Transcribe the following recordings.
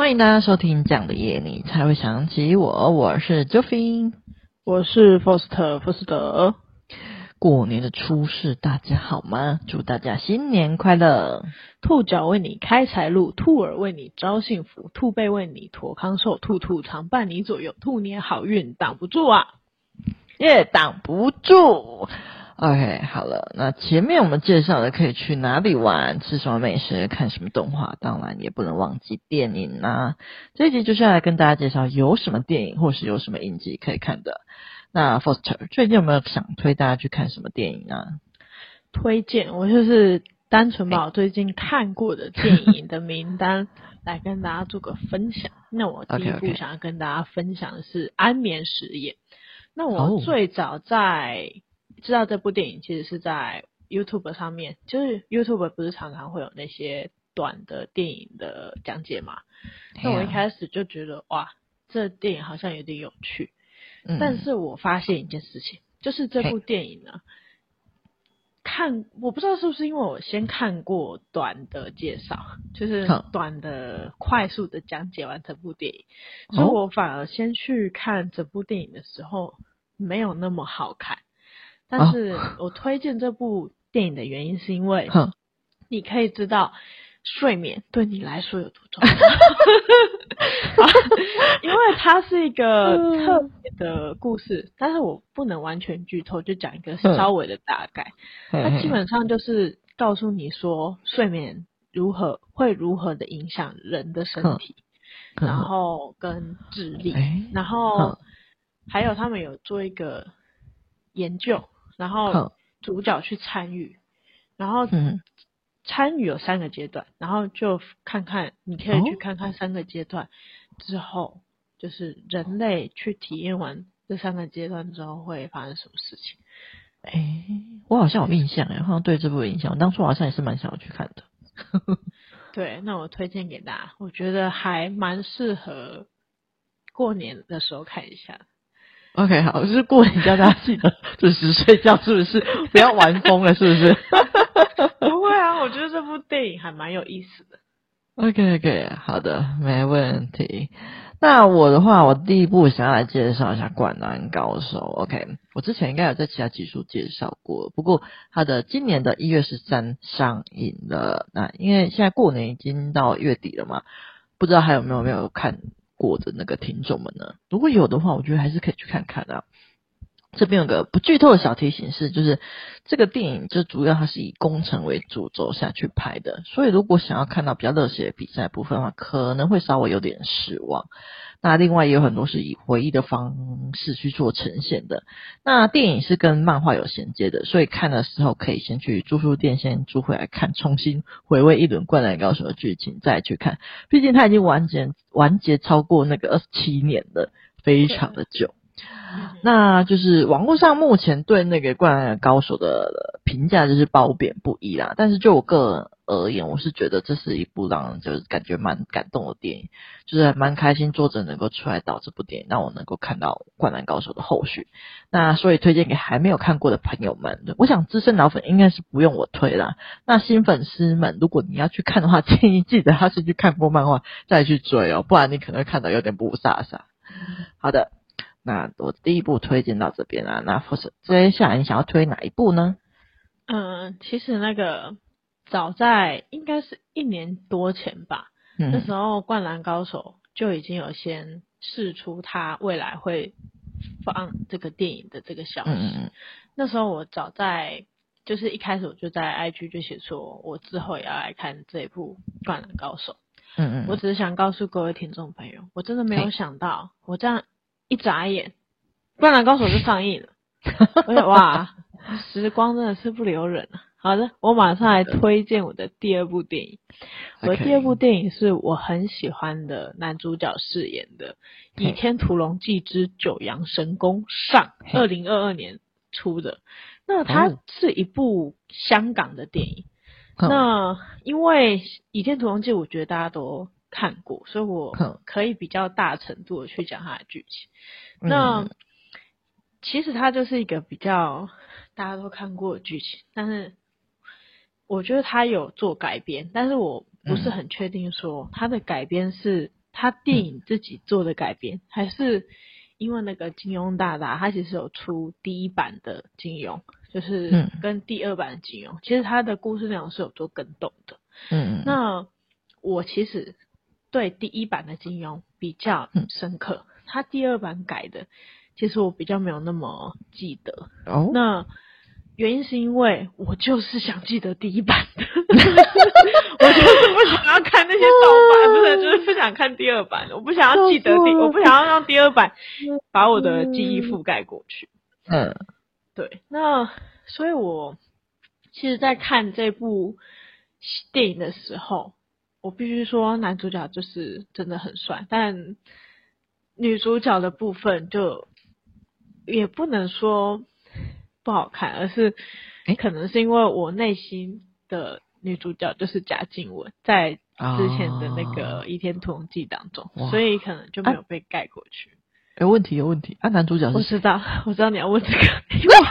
欢迎大家收听这样的夜你才会想起我是 Joffin， 我是 Foster 福斯德。 过年的初四大家好吗？祝大家新年快乐。 兔脚为你开财路，兔耳为你招幸福，兔背为你驮康寿，兔兔常伴你左右，兔年好运挡不住啊， 耶，挡不住。OK， 好了，那前面我们介绍的可以去哪里玩，吃什么美食，看什么动画，当然也不能忘记电影啦。这一集就是要来跟大家介绍有什么电影或是有什么影集可以看的。那 Foster 最近有没有想推大家去看什么电影啊？ 推荐我就是单纯把我最近看过的电影的名单来跟大家做个分享。那我第一部想要跟大家分享的是《安眠实验》。那我最早在知道这部电影其实是在 YouTube 上面，就是 YouTube 不是常常会有那些短的电影的讲解嘛？那我一开始就觉得哇，这电影好像有点有趣。但是我发现一件事情，就是这部电影呢，我不知道是不是因为我先看过短的介绍，就是短的快速的讲解完整部电影，所以我反而先去看整部电影的时候没有那么好看。但是我推荐这部电影的原因是因为你可以知道睡眠对你来说有多重要因为它是一个特别的故事，但是我不能完全剧透，就讲一个稍微的大概。它基本上就是告诉你说睡眠会如何的影响人的身体，然后跟智力，然后还有他们有做一个研究，然后主角去参与，然后参与有3个阶段，然后就你可以去看看3个阶段之后，就是人类去体验完这3个阶段之后会发生什么事情。 我好像有印象好像对这部有印象，我当初好像也是蛮想要去看的对，那我推荐给大家，我觉得还蛮适合过年的时候看一下。 OK， 好，就是过年叫大家记得准时睡觉，是不是？不要玩疯了，是不是？ 不会啊，我觉得这部电影还蛮有意思的。 OK， 好的，没问题。那我的话，我第一部想要来介绍一下《灌篮高手》。OK， 我之前应该有在其他集数介绍过，不过它的今年的1月13上映了。那因为现在过年已经到月底了嘛，不知道还有没有看过的那个听众们呢？如果有的话，我觉得还是可以去看看的。这边有个不剧透的小提醒是，就是这个电影就主要它是以工程为主轴下去拍的，所以如果想要看到比较热血的比赛部分的话，可能会稍微有点失望。那另外也有很多是以回忆的方式去做呈现的。那电影是跟漫画有衔接的，所以看的时候可以先去租书店先租回来看，重新回味一轮《灌篮高手》的剧情再去看。毕竟它已经完结超过那个27年了，非常的久。那就是网络上目前对那个《灌篮高手》的评价就是褒贬不一啦，但是就我个人而言，我是觉得这是一部让人就是感觉蛮感动的电影，就是蛮开心作者能够出来导这部电影，让我能够看到《灌篮高手》的后续。那所以推荐给还没有看过的朋友们，我想资深老粉应该是不用我推啦。那新粉丝们，如果你要去看的话，建议记得要是去看过漫画再去追哦，不然你可能会看到有点不飒飒。好的。那我第一部推荐到这边啦，那接下来你想要推哪一部呢？ 其实那个早在应该是1年多前吧，那时候《灌篮高手》就已经有先释出他未来会放这个电影的这个消息。那时候我就是一开始我就在 IG 就写说，我之后也要来看这一部《灌篮高手》。我只是想告诉各位听众朋友，我真的没有想到，我这样一眨眼，《灌篮高手》就上映了，而且哇，时光真的是不留人啊！好的，我马上来推荐我的第2部电影。我的第2部电影是我很喜欢的男主角饰演的《倚天屠龙记之九阳神功》上，2022年出的。那它是一部香港的电影。那因为《倚天屠龙记》我觉得大家都看过，所以我可以比较大程度的去讲它的剧情。那其实它就是一个比较大家都看过的剧情，但是我觉得它有做改编，但是我不是很确定说它的改编是他电影自己做的改编，还是因为那个金庸大大他其实有出第一版的金庸，就是跟第二版的金庸，其实他的故事内容是有做更动的。那我其实对第一版的金庸比较深刻，他第二版改的其实我比较没有那么记得。那原因是因为我就是想记得第一版的我就是不想要看那些盗版，不是，就是不想看第二版，我不想要记得我不想要让第二版把我的记忆覆盖过去。对，那所以我其实在看这部电影的时候，我必须说男主角就是真的很帅，但女主角的部分就也不能说不好看，而是可能是因为我内心的女主角就是贾静雯，在之前的那个《倚天屠龙记》当中，所以可能就没有被盖过去。 有问题啊，男主角是谁？ 我知道你要问这个，因为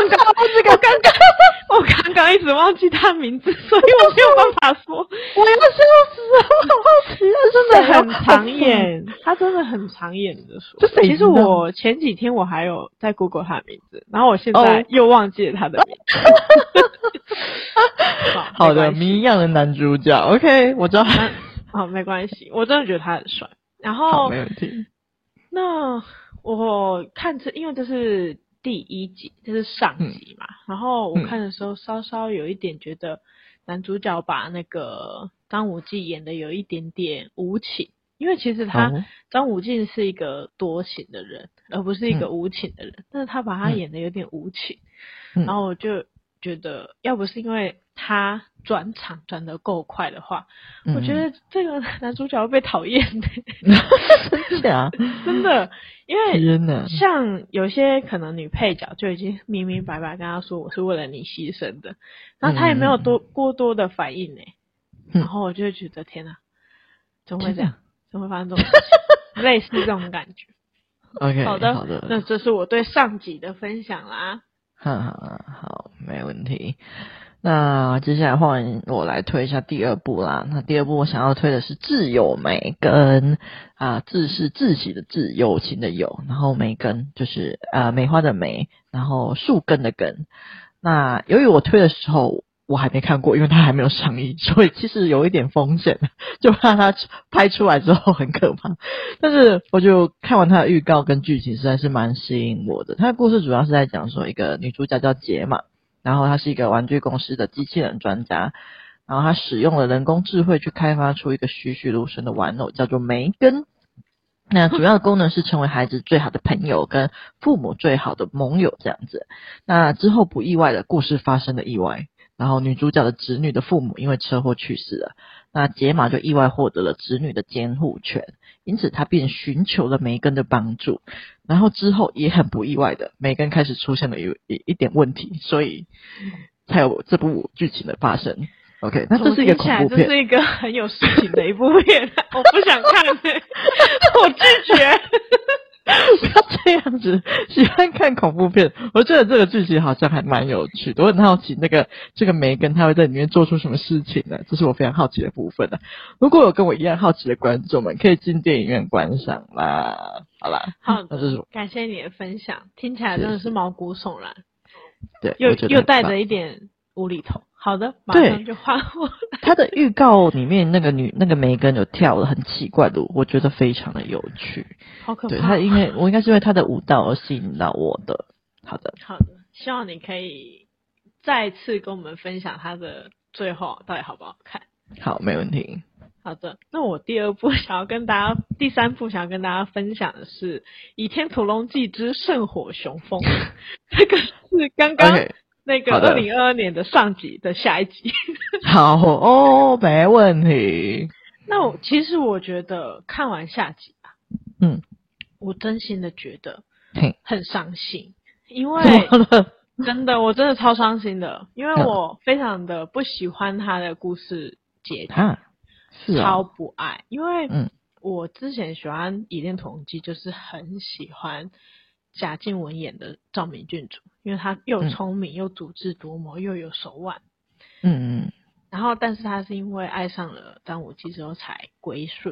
我刚刚一直忘记他名字，所以我没有办法说。 我要笑死了，我好奇真的很常演，他真的很常演的说。其实我前几天我还有在 Google 他的名字，然后我现在又忘记了他的名字。 好的，谜一样的男主角 ，OK， 我知道。 好，没关系，我真的觉得他很帅。然后好，没问题。 那我看因为这是第一集，这是上集嘛，然后我看的时候稍稍有一点觉得男主角把那个张无忌演的有一点点无情，因为其实张无忌是一个多情的人，而不是一个无情的人，但是他把他演的有点无情，然后我就觉得要不是因为他转场转得够快的话，我觉得这个男主角会被讨厌的。 真的真的，因为像有些可能女配角就已经明明白白跟他说我是为了你牺牲的，然后他也没有过多的反应然后我就会觉得天哪，怎么会这样？怎么会发生这种事情？类似这种感觉。 OK， 好的，那这是我对上集的分享啦。 好，没问题。那接下来换我来推一下第二部啦。那第二部我想要推的是挚友梅根挚是窒息的挚，友情的友，然后梅根就是梅花的梅，然后树根的根。那由于我推的时候我还没看过，因为它还没有上映，所以其实有一点风险，就怕它拍出来之后很可怕。但是我就看完它的预告跟剧情，实在是蛮吸引我的。它的故事主要是在讲说一个女主角叫杰玛，然后她是一个玩具公司的机器人专家，然后她使用了人工智慧去开发出一个栩栩如生的玩偶，叫做梅根。那主要的功能是成为孩子最好的朋友跟父母最好的盟友这样子。那之后不意外的故事发生了意外，然后女主角的侄女的父母因为车祸去世了，那杰玛就意外获得了侄女的监护权，因此她便寻求了梅根的帮助。然后之后也很不意外的，梅根开始出现了一点问题，所以才有这部剧情的发生。OK， 那这是一个恐怖片， 这是一个很有事情的一部片，我不想看我拒绝。 不要这样子，喜欢看恐怖片，我觉得这个剧情好像还蛮有趣的，我很好奇这个梅根他会在里面做出什么事情呢？这是我非常好奇的部分。如果有跟我一样好奇的观众们，可以进电影院观赏啦。好啦， 好的，感谢你的分享，听起来真的是毛骨悚然， 对， 又带着一点无厘头。好的，马上就换我。 他的预告里面那个梅根有跳了很奇怪的舞，我觉得非常的有趣。 好可怕！ 对，我应该是因为他的舞蹈而吸引到我的。好的， 希望你可以再次跟我们分享他的最后到底好不好看。 好，没问题。 好的，那我第三部想要跟大家分享的是《倚天屠龙记之圣火雄风》，这个是刚刚。那个2022年的上集的下一集。 好没问题。 那其实我觉得看完下集我真心的觉得很伤心，因为我真的超伤心的，因为我非常的不喜欢他的故事结局，超不爱，因为我之前喜欢《倚天屠龙记》，就是很喜欢贾静雯演的赵敏郡主，因为她又聪明又足智多谋又有手腕。然后但是她是因为爱上了张无忌之后才归顺嘛，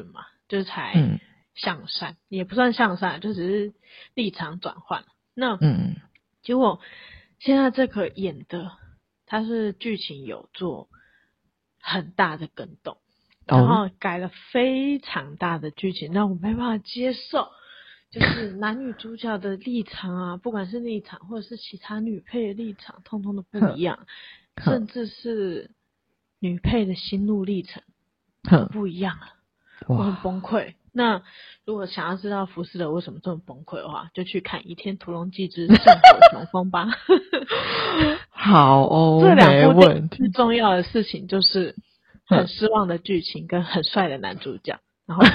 就是才向善，也不算向善，就只是立场转换。那结果现在这个演的，它是剧情有做很大的更动，然后改了非常大的剧情，让我没办法接受。就是男女主角的立场啊，不管是立场或者是其他女配的立场，通通都不一样，甚至是女配的心路历程不一样了，我很崩溃。那如果想要知道浮士德为什么这么崩溃的话，就去看《倚天屠龙记之圣火雄风》吧。 好哦， 这两部电影最重要的事情就是很失望的剧情跟很帅的男主角，然后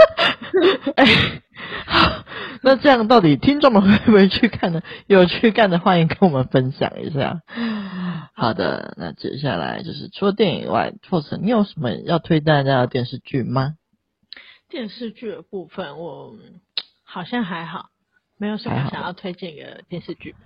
那这样到底听众们会不会去看呢？有去看的欢迎跟我们分享一下。好的，那接下来就是除了电影以外，或者你有什么要推大家的电视剧吗？ 电视剧的部分我好像还好，没有什么想要推荐的电视剧。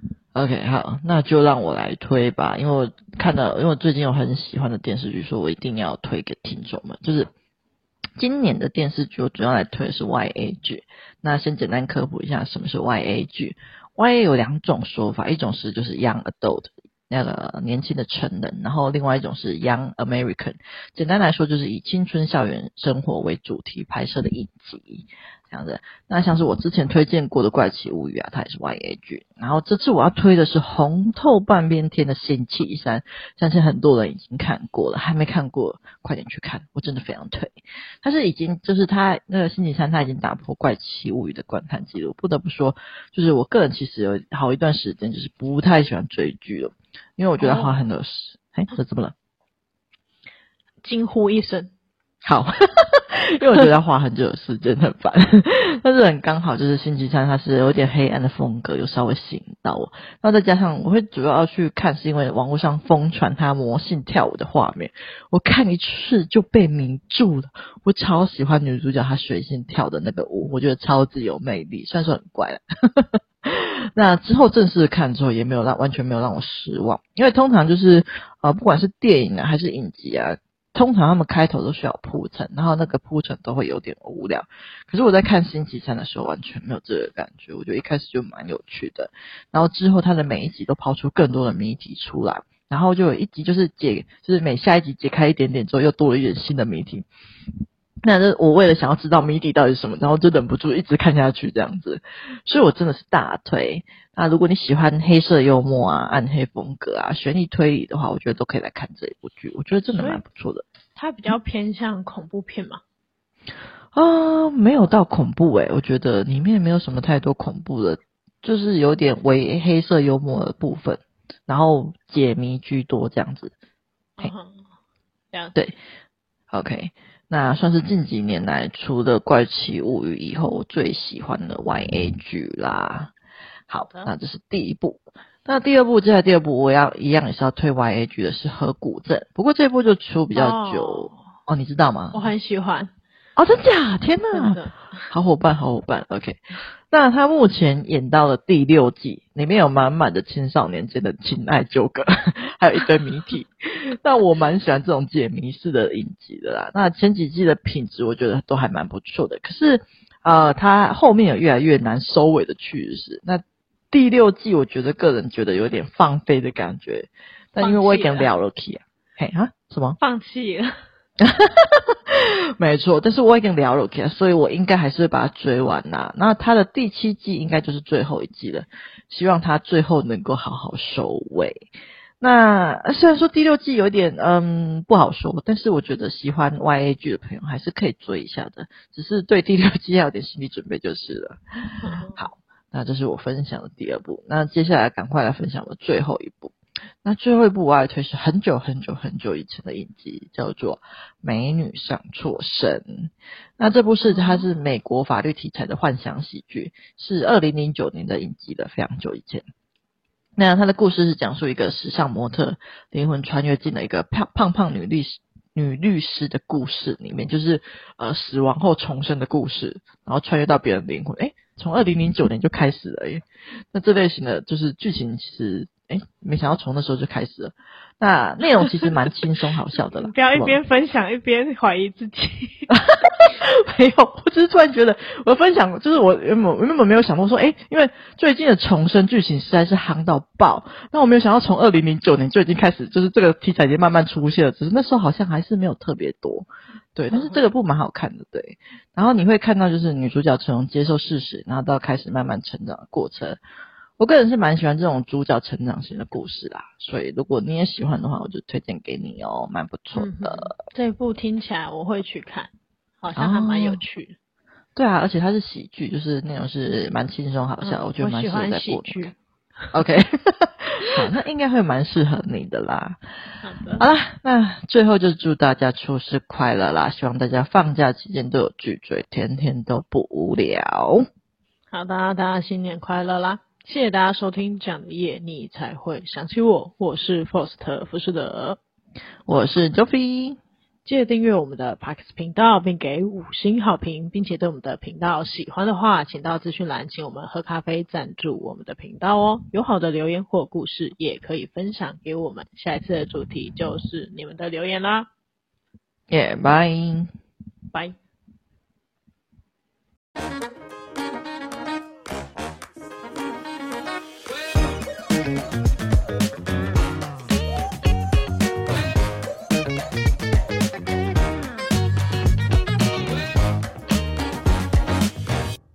OK， 好，那就让我来推吧，因为我最近有很喜欢的电视剧，所以我一定要推给听众们。就是今年的电视剧，我主要来推的是 YA 剧。那先简单科普一下什么是 YA 剧。YA 有两种说法，一种是就是 Young Adult， 那个年轻的成人，然后另外一种是 Young American。简单来说，就是以青春校园生活为主题拍摄的影集。这样子，那像是我之前推荐过的《怪奇物语》啊，它也是 YA 剧。然后这次我要推的是红透半边天的星期三，相信很多人已经看过了，还没看过快点去看，我真的非常推。它是已经就是它那个星期三，它已经打破《怪奇物语》的观看记录。不得不说，就是我个人其实有好一段时间就是不太喜欢追剧了，因为我觉得花很多时。这怎么了？ 惊呼一声。 好，因为我觉得要花很久的时间很烦，但是很刚好就是星期三它是有点黑暗的风格，有稍微吸引到我。然后再加上我会主要去看是因为网络上疯传他魔性跳舞的画面，我看一次就被迷住了。我超喜欢女主角她随性跳的那个舞，我觉得超级有魅力，虽然说很怪啦。那之后正式看之后也没有完全没有让我失望，因为通常就是不管是电影啊还是影集啊，通常他们开头都需要铺陈，然后那个铺陈都会有点无聊。可是我在看星期三的时候完全没有这个感觉，我觉得一开始就蛮有趣的。然后之后他的每一集都抛出更多的谜题出来，然后就有一集就是每下一集解开一点点之后又多了一点新的谜题。那我为了想要知道谜底到底是什么，然后就忍不住一直看下去这样子，所以我真的是大推。那如果你喜欢黑色幽默啊、暗黑风格啊、悬疑推理的话，我觉得都可以来看这一部剧，我觉得真的蛮不错的。 它比较偏向恐怖片嘛？ 没有到恐怖我觉得里面没有什么太多恐怖的，就是有点微黑色幽默的部分，然后解谜居多这样子。对 ，OK。那算是近几年来除了怪奇物语以后我最喜欢的 YA 剧啦。好，那这是第一部。那第二部，接下来第二部我要一样也是要推 YA 剧的是河谷镇，不过这部就出比较久哦，你知道吗？ 我很喜欢哦，真假？天哪，好伙伴 OK。 那他目前演到了第6季，里面有满满的青少年间的情爱纠葛，还有一堆谜题。那我蛮喜欢这种解谜式的影集的啦。那前几季的品质我觉得都还蛮不错的，可是他后面有越来越难收尾的趋势。那第6季我觉得个人觉得有点放飞的感觉，但因为我已经聊了起什么放弃了没错，但是我已经聊了 OK， 所以我应该还是会把它追完啦。那它的第7季应该就是最后一季了，希望它最后能够好好收尾。那虽然说第6季有点不好说，但是我觉得喜欢 YA 剧的朋友还是可以追一下的，只是对第6季要有点心理准备就是了。好，那这是我分享的第2部，那接下来赶快来分享我最后一部。那最后一部我要推是很久很久很久以前的影集，叫做《美女上错身》。那这部它是美国法律题材的幻想喜剧，是2009年的影集了，非常久以前。那它的故事是讲述一个时尚模特灵魂穿越进了一个胖胖女律师的故事里面，就是死亡后重生的故事，然后穿越到别人灵魂。从2009年就开始了耶。那这类型的就是剧情其实没想到从那时候就开始了。那内容其实蛮轻松好笑的啦。 不要一边分享一边怀疑自己。 没有，我只是突然觉得我分享，就是我原本没有想过说，因为最近的重生剧情实在是夯到爆，那我没有想到从2009年就已经开始，就是这个题材已经慢慢出现了，只是那时候好像还是没有特别多，对，但是这个部蛮好看的，对。然后你会看到就是女主角从接受事实，然后到开始慢慢成长的过程。我个人是蛮喜欢这种主角成长型的故事啦，所以如果你也喜欢的话，我就推荐给你哦，蛮不错的。 这部听起来我会去看，好像还蛮有趣的。 对啊，而且它是喜剧，就是内容是蛮轻松好笑，我觉得蛮适合在播的。OK， 好，那应该会蛮适合你的啦。 好的， 好啦，那最后就祝大家出师快乐啦！希望大家放假期间都有剧追，天天都不无聊。 好的，大家新年快乐啦！谢谢大家收听这样的夜，你才会想起我。我是 Faust 福士德， 我是 Joffy。 记得订阅我们的 Podcast 频道，并给5星好评，并且对我们的频道喜欢的话，请到资讯栏请我们喝咖啡赞助我们的频道哦。有好的留言或故事也可以分享给我们，下一次的主题就是你们的留言啦。 拜。